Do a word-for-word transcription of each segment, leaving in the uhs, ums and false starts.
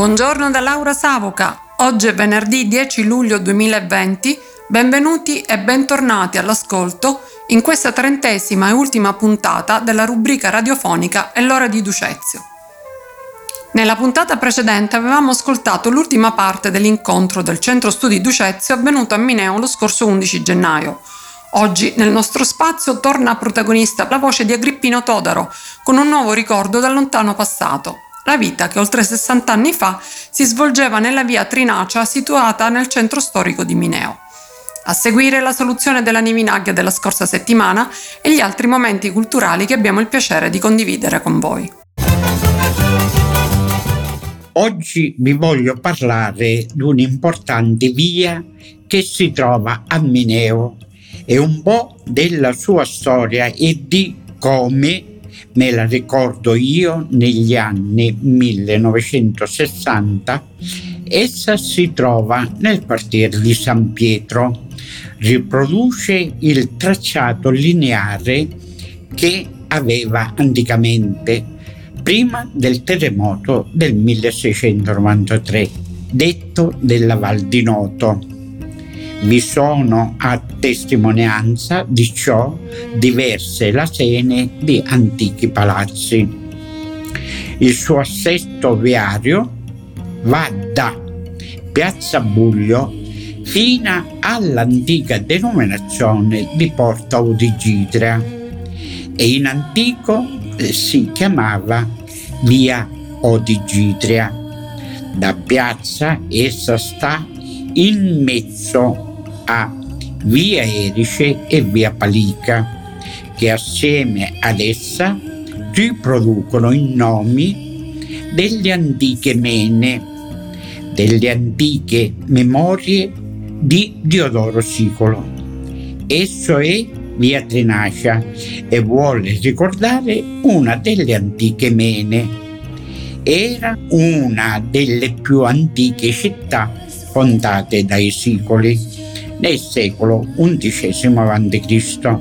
Buongiorno da Laura Savoca. Oggi è venerdì dieci luglio duemilaventi. Benvenuti e bentornati all'ascolto in questa trentesima e ultima puntata della rubrica radiofonica È l'ora di Ducezio. Nella puntata precedente avevamo ascoltato l'ultima parte dell'incontro del Centro Studi Ducezio avvenuto a Mineo lo scorso undici gennaio. Oggi nel nostro spazio torna protagonista la voce di Agrippino Todaro con un nuovo ricordo dal lontano passato. La vita che oltre sessanta anni fa si svolgeva nella via Trinacea situata nel centro storico di Mineo. A seguire la soluzione della Nivinaggia della scorsa settimana e gli altri momenti culturali che abbiamo il piacere di condividere con voi. Oggi vi voglio parlare di un'importante via che si trova a Mineo e un po' della sua storia e di come me la ricordo io negli anni millenovecentosessanta. Essa si trova nel quartiere di San Pietro, riproduce il tracciato lineare che aveva anticamente prima del terremoto del milleseicentonovantatré, detto della Val di Noto. Vi sono a testimonianza di ciò diverse lasene di antichi palazzi. Il suo assetto viario va da Piazza Buglio fino all'antica denominazione di Porta Odigidria e in antico si chiamava Via Odigidria. Da piazza essa sta in mezzo a Via Erice e Via Palica, che assieme ad essa riproducono i nomi delle antiche mene, delle antiche memorie di Diodoro Sicolo. Esso è Via Trinacea e vuole ricordare una delle antiche mene. Era una delle più antiche città fondate dai Sicoli nel secolo undicesimo avanti Cristo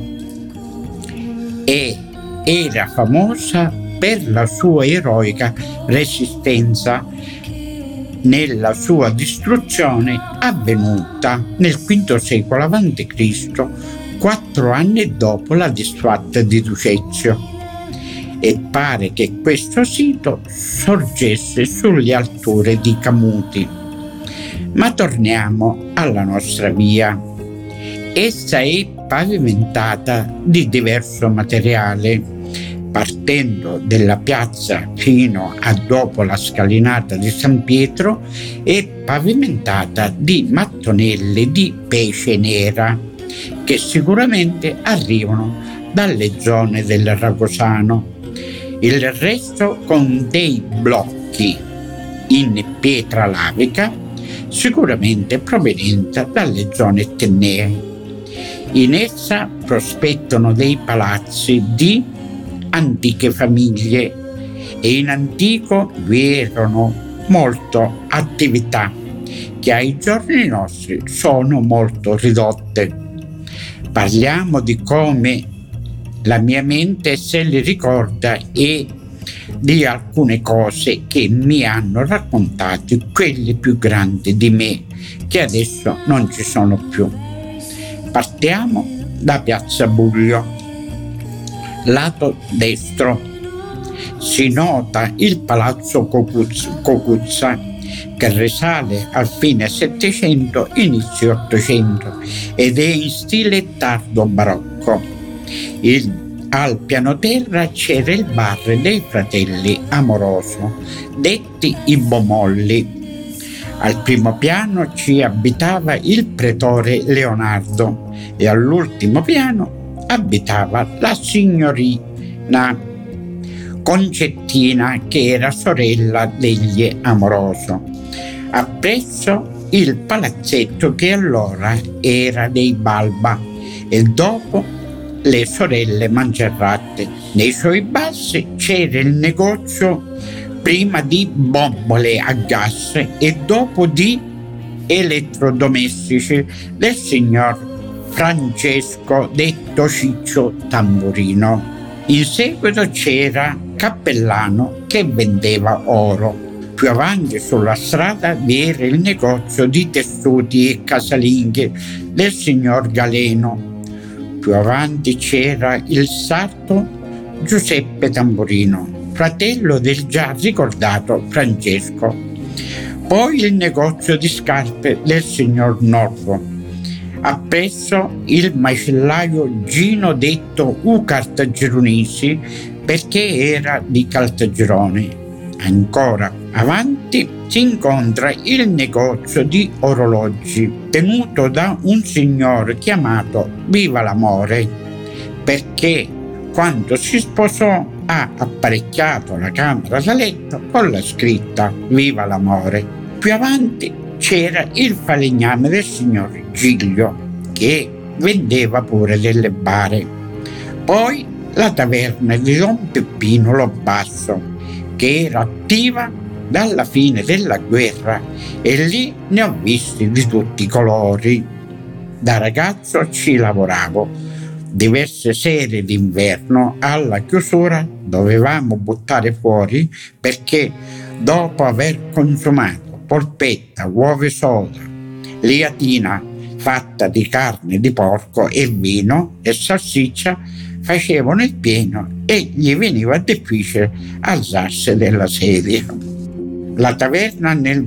e era famosa per la sua eroica resistenza nella sua distruzione avvenuta nel quinto secolo avanti Cristo, quattro anni dopo la disfatta di Ducezio, e pare che questo sito sorgesse sulle alture di Camuti. Ma torniamo alla nostra via. Essa è pavimentata di diverso materiale, partendo dalla piazza fino a dopo la scalinata di San Pietro, è pavimentata di mattonelle di pece nera che sicuramente arrivano dalle zone del Ragosano. Il resto con dei blocchi in pietra lavica, sicuramente proveniente dalle zone tennee. In essa prospettano dei palazzi di antiche famiglie e in antico vi erano molte attività che ai giorni nostri sono molto ridotte. Parliamo di come la mia mente se li ricorda e di alcune cose che mi hanno raccontato quelli più grandi di me, che adesso non ci sono più. Partiamo da Piazza Buglio. Lato destro si nota il Palazzo Cocuzza, Cocuzza che risale al fine Settecento, inizio Ottocento ed è in stile tardo barocco. Il Al piano terra c'era il bar dei fratelli Amoroso, detti i Bomolli. Al primo piano ci abitava il pretore Leonardo e all'ultimo piano abitava la signorina Concettina, che era sorella degli Amoroso. Appresso il palazzetto che allora era dei Balba e dopo le sorelle Mangerratte. Nei suoi bassi c'era il negozio prima di bombole a gas e dopo di elettrodomestici del signor Francesco detto Ciccio Tamburino. In seguito c'era Cappellano che vendeva oro. Più avanti sulla strada vi era il negozio di tessuti e casalinghe del signor Galeno. Più avanti c'era il sarto Giuseppe Tamburino, fratello del già ricordato Francesco. Poi il negozio di scarpe del signor Norvo. Appresso il macellaio Gino detto U Cartageronisi perché era di Caltagirone. Ancora avanti si incontra il negozio di orologi tenuto da un signore chiamato Viva l'Amore, perché quando si sposò ha apparecchiato la camera da letto con la scritta Viva l'Amore. Più avanti c'era il falegname del signor Giglio che vendeva pure delle bare. Poi la taverna di Don Peppino lo Basso, che era attiva dalla fine della guerra, e lì ne ho visti di tutti i colori. Da ragazzo ci lavoravo. Diverse sere d'inverno alla chiusura dovevamo buttare fuori perché dopo aver consumato polpetta, uova soda, liatina fatta di carne di porco e vino e salsiccia, facevano il pieno e gli veniva difficile alzarsi dalla sedia. La taverna nel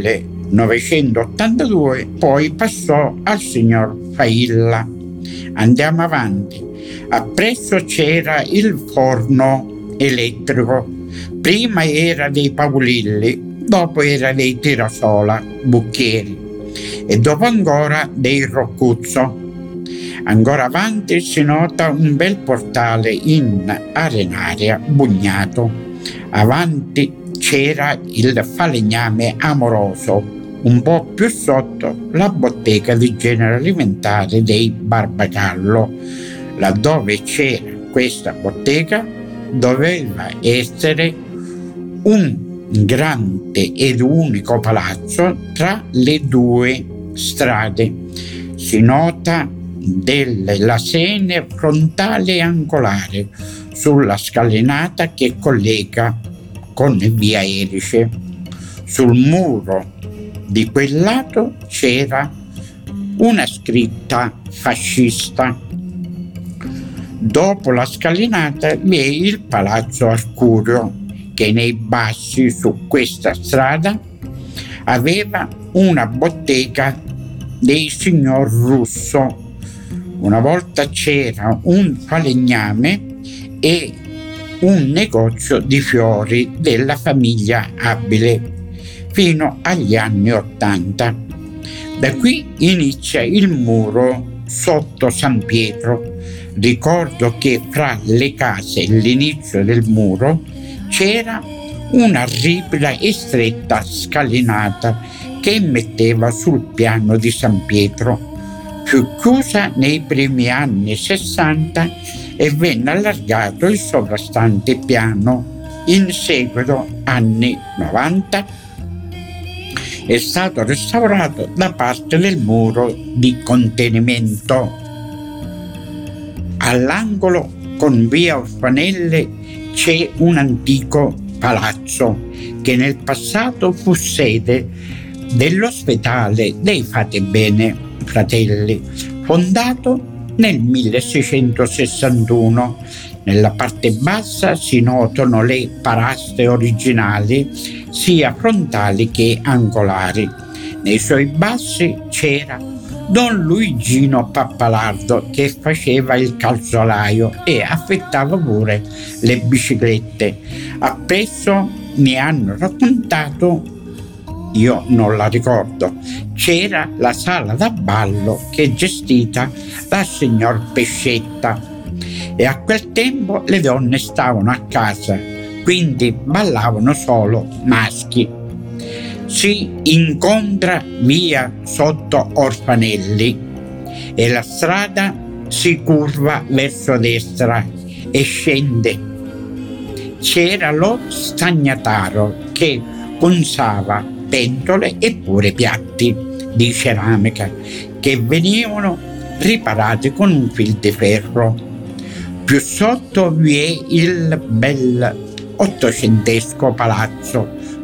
millenovecentottantadue poi passò al signor Failla. Andiamo avanti. Appresso c'era il forno elettrico. Prima era dei Pavolilli, dopo era dei Tirasola, Bucchieri, e dopo ancora dei Roccuzzo. Ancora avanti si nota un bel portale in arenaria bugnato. Avanti c'era il falegname Amoroso, un po' più sotto la bottega di genere alimentare dei Barbagallo. Laddove c'era questa bottega doveva essere un grande ed unico palazzo tra le due strade. Si nota della sene frontale e angolare sulla scalinata che collega con via Erice. Sul muro di quel lato c'era una scritta fascista. Dopo la scalinata vi è il palazzo Arcurio, che nei bassi su questa strada aveva una bottega dei signor Russo. Una volta c'era un falegname e un negozio di fiori della famiglia Abile fino agli anni Ottanta. Da qui inizia il muro sotto San Pietro. Ricordo che fra le case e l'inizio del muro c'era una ripida e stretta scalinata che metteva sul piano di San Pietro. Fu chiusa nei primi anni sessanta e venne allargato il sovrastante piano. In seguito, anni novanta, è stato restaurato da parte del muro di contenimento. All'angolo con via Orfanelle c'è un antico palazzo che nel passato fu sede dell'ospedale dei Fate Bene Fratelli, fondato nel milleseicentosessantuno. Nella parte bassa si notano le paraste originali, sia frontali che angolari. Nei suoi bassi c'era Don Luigino Pappalardo che faceva il calzolaio e affittava pure le biciclette. Appresso mi hanno raccontato, io non la ricordo, c'era la sala da ballo che è gestita dal signor Pescetta, e a quel tempo le donne stavano a casa, quindi ballavano solo maschi. Si incontra via sotto Orfanelli e la strada si curva verso destra e scende. C'era lo stagnataro che consava pentole e pure piatti di ceramica che venivano riparati con un fil di ferro. Più sotto vi è il bel ottocentesco palazzo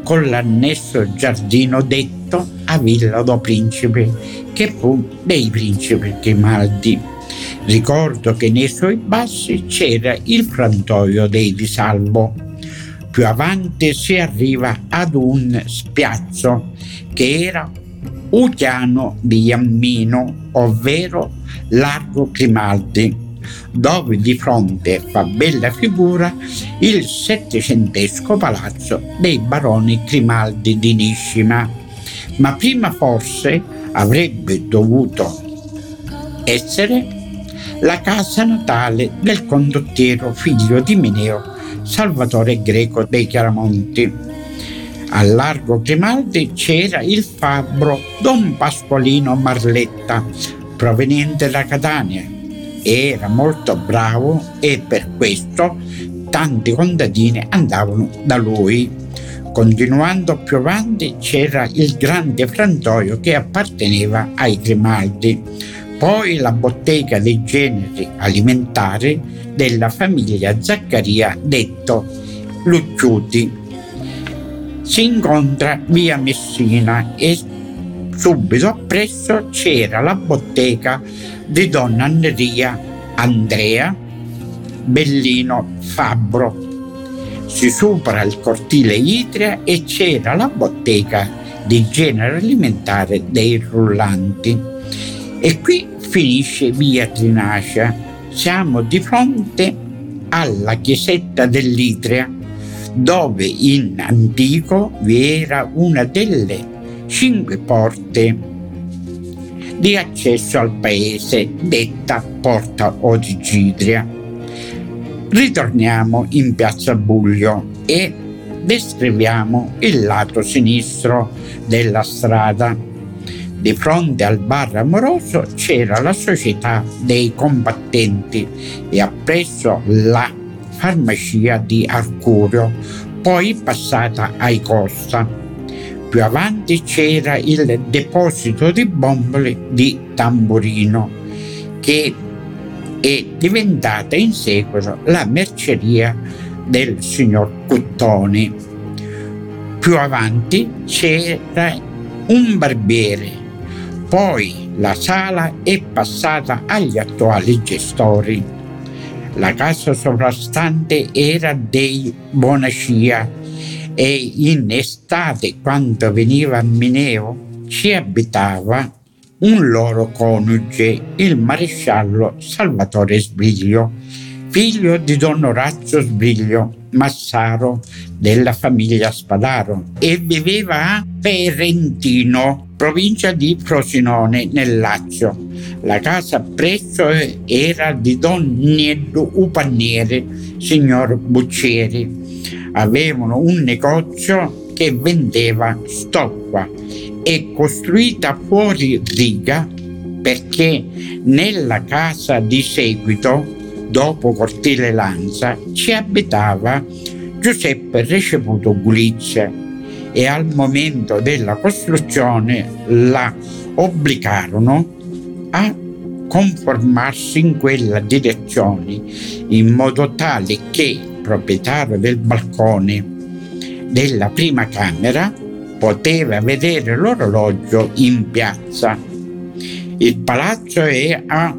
con l'annesso giardino detto a Villa do Principe, che fu dei principi Grimaldi. Ricordo che nei suoi bassi c'era il frantoio dei Di Salvo. Più avanti si arriva ad un spiazzo che era Uliano di Jammino, ovvero Largo Grimaldi, dove di fronte fa bella figura il settecentesco palazzo dei baroni Grimaldi di Niscima, ma prima forse avrebbe dovuto essere la casa natale del condottiero figlio di Mineo Salvatore Greco dei Chiaramonti. Al Largo Grimaldi c'era il fabbro Don Pasqualino Marletta, proveniente da Catania. Era molto bravo e per questo tanti contadini andavano da lui. Continuando più avanti c'era il grande frantoio che apparteneva ai Grimaldi, poi la bottega dei generi alimentari della famiglia Zaccaria detto Lucciuti. Si incontra via Messina e subito appresso c'era la bottega di donna Andrea Andrea Bellino Fabbro. Si supera il cortile Idria e c'era la bottega di genere alimentare dei Rullanti. E qui finisce via Trinacea. Siamo di fronte alla chiesetta dell'Idria, dove in antico vi era una delle cinque porte di accesso al paese, detta Porta Origidria. Ritorniamo in piazza Buglio e descriviamo il lato sinistro della strada. Di fronte al bar Amoroso c'era la società dei combattenti e appresso la farmacia di Arcurio, poi passata ai Costa. Più avanti c'era il deposito di bombole di Tamburino, che è diventata in seguito la merceria del signor Cuttoni. Più avanti c'era un barbiere. Poi la sala è passata agli attuali gestori. La casa sovrastante era dei Bonacia e in estate, quando veniva a Mineo, ci abitava un loro coniuge, il maresciallo Salvatore Sbriglio, figlio di don Orazio Sbriglio, massaro della famiglia Spadaro, e viveva a Ferentino, provincia di Frosinone, nel Lazio. La casa presso era di don Nieddu Upanniere, signor Buccieri. Avevano un negozio che vendeva stoffa e costruita fuori riga, perché nella casa di seguito, dopo Cortile Lanza, ci abitava Giuseppe Receputo Gulizia, e al momento della costruzione la obbligarono a conformarsi in quella direzione, in modo tale che il proprietario del balcone della prima camera poteva vedere l'orologio in piazza. Il palazzo è a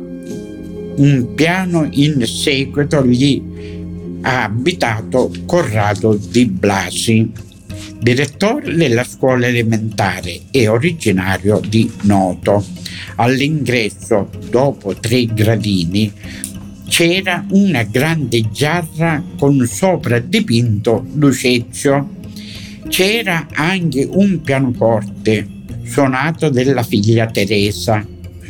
un piano, in seguito gli ha abitato Corrado di Blasi, direttore della scuola elementare e originario di Noto. All'ingresso, dopo tre gradini, c'era una grande giarra con sopra dipinto Lucezio. C'era anche un pianoforte suonato della figlia Teresa.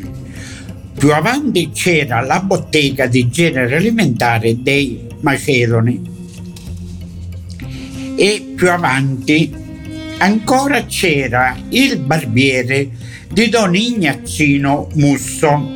Più avanti c'era la bottega di genere alimentare dei Macedoni e più avanti ancora c'era il barbiere di don Ignazzino Musso.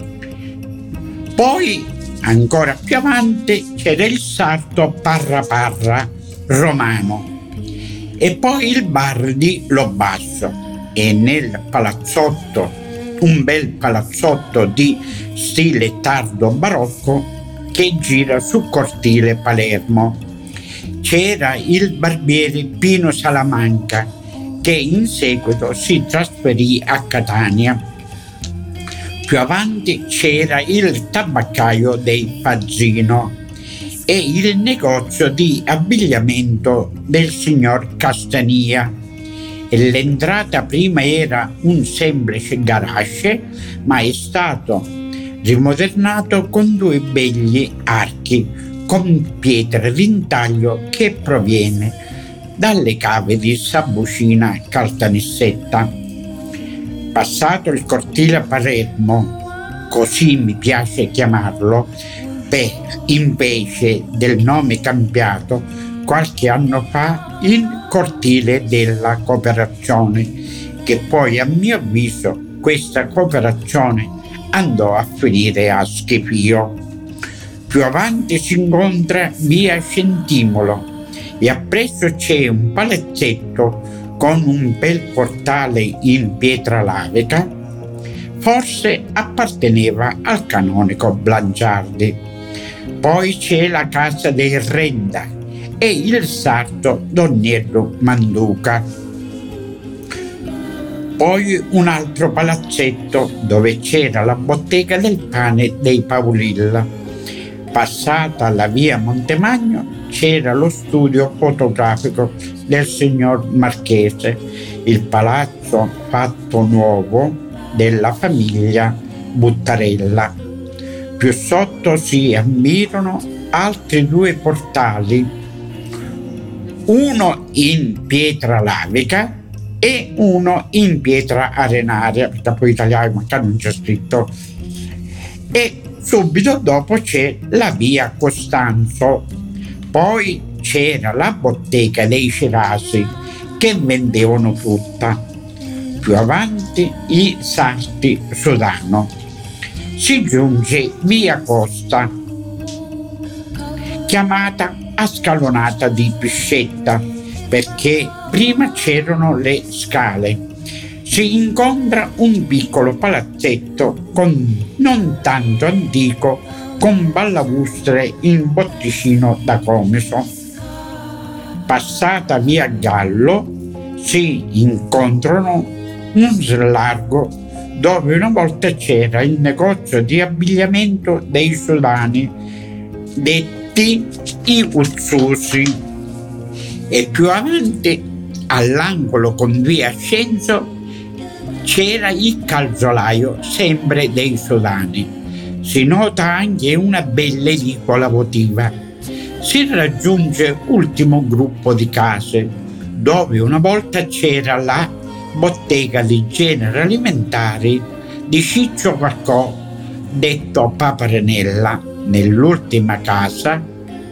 Poi ancora più avanti c'era il sarto Parra Parra romano e poi il bar di Lobasso, e nel palazzotto, un bel palazzotto di stile tardo barocco che gira su cortile Palermo, c'era il barbiere Pino Salamanca, che in seguito si trasferì a Catania. Più avanti c'era il tabaccaio dei Fazzino e il negozio di abbigliamento del signor Castania. E l'entrata prima era un semplice garage, ma è stato rimodernato con due begli archi con pietre d'intaglio che proviene dalle cave di Sabucina Caltanissetta. Passato il cortile a Palermo, così mi piace chiamarlo, beh, invece del nome cambiato qualche anno fa, il cortile della cooperazione, che poi a mio avviso questa cooperazione andò a finire a Schifio. Più avanti si incontra via Centimolo e appresso c'è un palazzetto con un bel portale in pietra lavica, forse apparteneva al canonico Blangiardi. Poi c'è la casa dei Renda e il sarto Doniello Manduca. Poi un altro palazzetto dove c'era la bottega del pane dei Paolilla. Passata la via Montemagno c'era lo studio fotografico del signor Marchese, il palazzo fatto nuovo della famiglia Buttarella. Più sotto si ammirano altri due portali, uno in pietra lavica e uno in pietra arenaria, perché poi italiano ma non c'è scritto, e subito dopo c'è la via Costanzo. Poi c'era la bottega dei Cerasi che vendevano frutta. Più avanti i sarti Sodano. Si giunge via Costa, chiamata a scalonata di Piscetta, perché prima c'erano le scale. Si incontra un piccolo palazzetto con non tanto antico, con ballavustre in botticino da Comiso. Passata via Gallo si incontrano un slargo dove una volta c'era il negozio di abbigliamento dei Sudani, detti i Uzzusi, e più avanti all'angolo con via Ascenso c'era il calzolaio sempre dei Sudani. Si nota anche una bella edicola votiva. Si raggiunge ultimo gruppo di case dove una volta c'era la bottega di generi alimentari di Ciccio Quarcò, detto Paparenella. Nell'ultima casa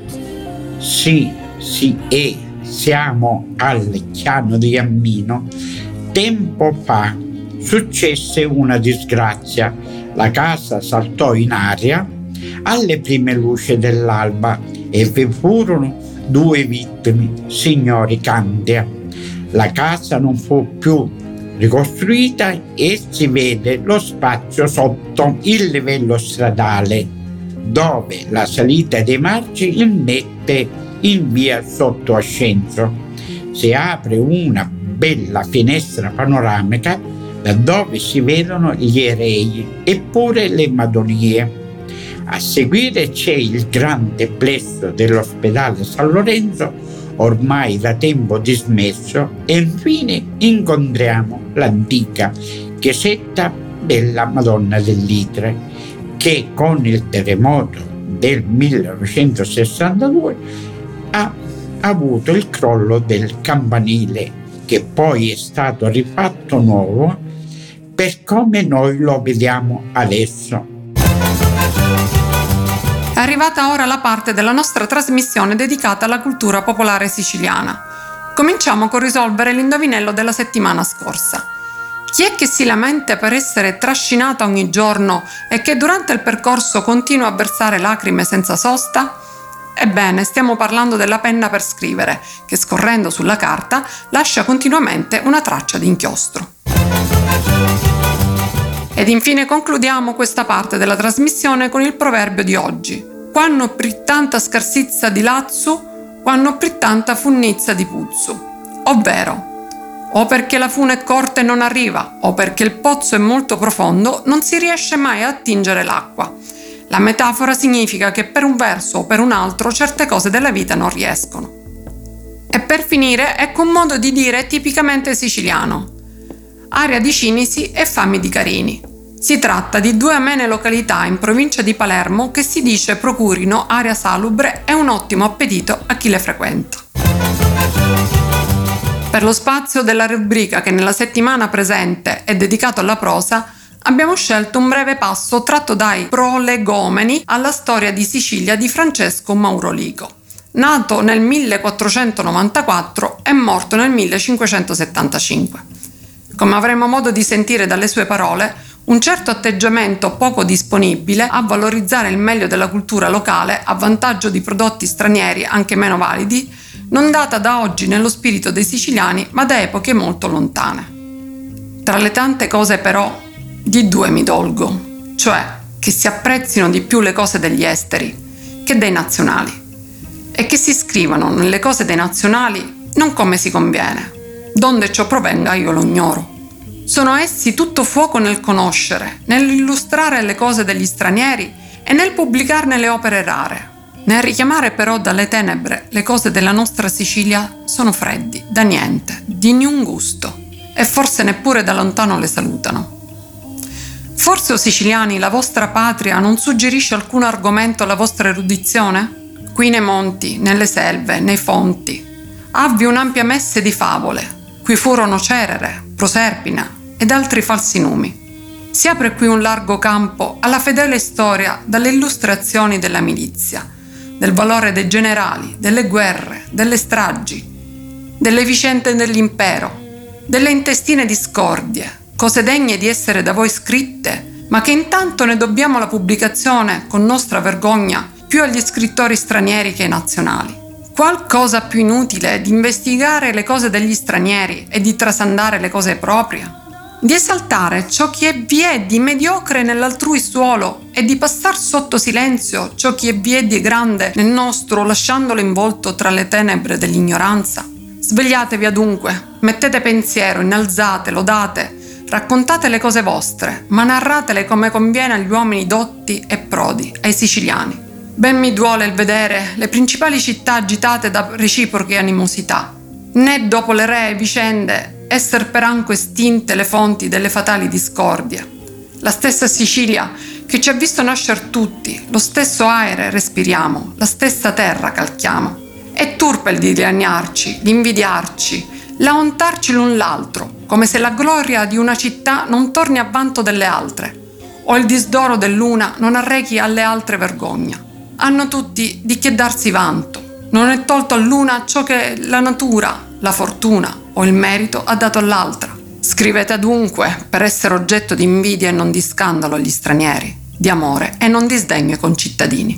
sì, sì, e siamo al Chiano di Ammino. Tempo fa successe una disgrazia. La casa saltò in aria alle prime luci dell'alba e vi furono due vittime, signori Candia. La casa non fu più ricostruita e si vede lo spazio sotto il livello stradale, dove la salita dei marci immette in via Sotto Ascenso. Si apre una bella finestra panoramica da dove si vedono gli erei e pure le madonie. A seguire c'è il grande plesso dell'ospedale San Lorenzo, ormai da tempo dismesso, e infine incontriamo l'antica chiesetta della Madonna dell'Itre, che con il terremoto del millenovecentosessantadue ha avuto il crollo del campanile, che poi è stato rifatto nuovo per come noi lo vediamo adesso. È arrivata ora la parte della nostra trasmissione dedicata alla cultura popolare siciliana. Cominciamo con risolvere l'indovinello della settimana scorsa. Chi è che si lamenta per essere trascinata ogni giorno e che durante il percorso continua a versare lacrime senza sosta? Ebbene, stiamo parlando della penna per scrivere, che scorrendo sulla carta lascia continuamente una traccia di inchiostro. Ed infine concludiamo questa parte della trasmissione con il proverbio di oggi. Quando pri tanta scarsizza di lazzu, quando prittanta funnizza di puzzu, ovvero o perché la fune è corta e non arriva, o perché il pozzo è molto profondo, non si riesce mai a attingere l'acqua. La metafora significa che per un verso o per un altro certe cose della vita non riescono. E per finire, ecco un modo di dire tipicamente siciliano: aria di Cinisi e fami di carini. Si tratta di due amene località in provincia di Palermo che si dice procurino aria salubre e un ottimo appetito a chi le frequenta. Per lo spazio della rubrica che nella settimana presente è dedicato alla prosa, abbiamo scelto un breve passo tratto dai Prolegomeni alla storia di Sicilia di Francesco Maurolico, nato nel millequattrocentonovantaquattro e morto nel millecinquecentosettantacinque. Come avremo modo di sentire dalle sue parole, un certo atteggiamento poco disponibile a valorizzare il meglio della cultura locale a vantaggio di prodotti stranieri anche meno validi non data da oggi nello spirito dei siciliani, ma da epoche molto lontane. Tra le tante cose però, di due mi dolgo, cioè che si apprezzino di più le cose degli esteri che dei nazionali e che si scrivano nelle cose dei nazionali non come si conviene. Donde ciò provenga io lo ignoro. Sono essi tutto fuoco nel conoscere, nell'illustrare le cose degli stranieri e nel pubblicarne le opere rare. Nel richiamare però dalle tenebre le cose della nostra Sicilia sono freddi, da niente, di niun gusto, e forse neppure da lontano le salutano. Forse, o siciliani, la vostra patria non suggerisce alcun argomento alla vostra erudizione? Qui nei monti, nelle selve, nei fonti, avvi un'ampia messe di favole, cui furono Cerere, Proserpina ed altri falsi numi. Si apre qui un largo campo alla fedele storia dalle illustrazioni della milizia, del valore dei generali, delle guerre, delle stragi, delle vicende dell'impero, delle intestine discordie, cose degne di essere da voi scritte, ma che intanto ne dobbiamo la pubblicazione, con nostra vergogna, più agli scrittori stranieri che ai nazionali. Qual cosa più inutile di investigare le cose degli stranieri e di trasandare le cose proprie? Di esaltare ciò che vi è di mediocre nell'altrui suolo e di passar sotto silenzio ciò che vi è di grande nel nostro, lasciandolo involto tra le tenebre dell'ignoranza? Svegliatevi adunque, mettete pensiero, innalzate, lodate, raccontate le cose vostre, ma narratele come conviene agli uomini dotti e prodi, ai siciliani. Ben mi duole il vedere le principali città agitate da reciproche animosità, né dopo le ree vicende esser peranco estinte le fonti delle fatali discordie. La stessa Sicilia che ci ha visto nascer tutti, lo stesso aere respiriamo, la stessa terra calchiamo. È turpe il dilaniarci, l'invidiarci, l'aontarci l'un l'altro, come se la gloria di una città non torni a vanto delle altre, o il disdoro dell'una non arrechi alle altre vergogna. Hanno tutti di che darsi vanto. Non è tolto all'una ciò che la natura, la fortuna o il merito ha dato all'altra. Scrivete adunque per essere oggetto di invidia e non di scandalo agli stranieri, di amore e non di sdegno ai concittadini.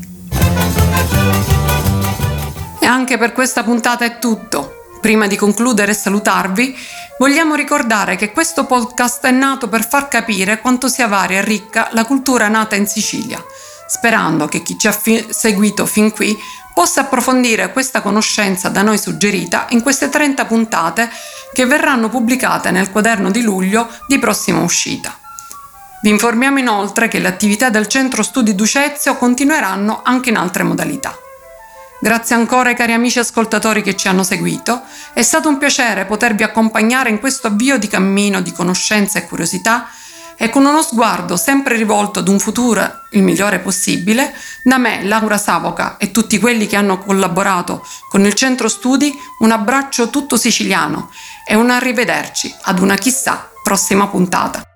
E anche per questa puntata è tutto. Prima di concludere e salutarvi, vogliamo ricordare che questo podcast è nato per far capire quanto sia varia e ricca la cultura nata in Sicilia, sperando che chi ci ha fi- seguito fin qui possa approfondire questa conoscenza da noi suggerita in queste trenta puntate che verranno pubblicate nel quaderno di luglio di prossima uscita. Vi informiamo inoltre che le attività del Centro Studi Ducezio continueranno anche in altre modalità. Grazie ancora ai cari amici ascoltatori che ci hanno seguito, è stato un piacere potervi accompagnare in questo avvio di cammino di conoscenza e curiosità e con uno sguardo sempre rivolto ad un futuro il migliore possibile, da me, Laura Savoca e tutti quelli che hanno collaborato con il Centro Studi, un abbraccio tutto siciliano e un arrivederci ad una chissà prossima puntata.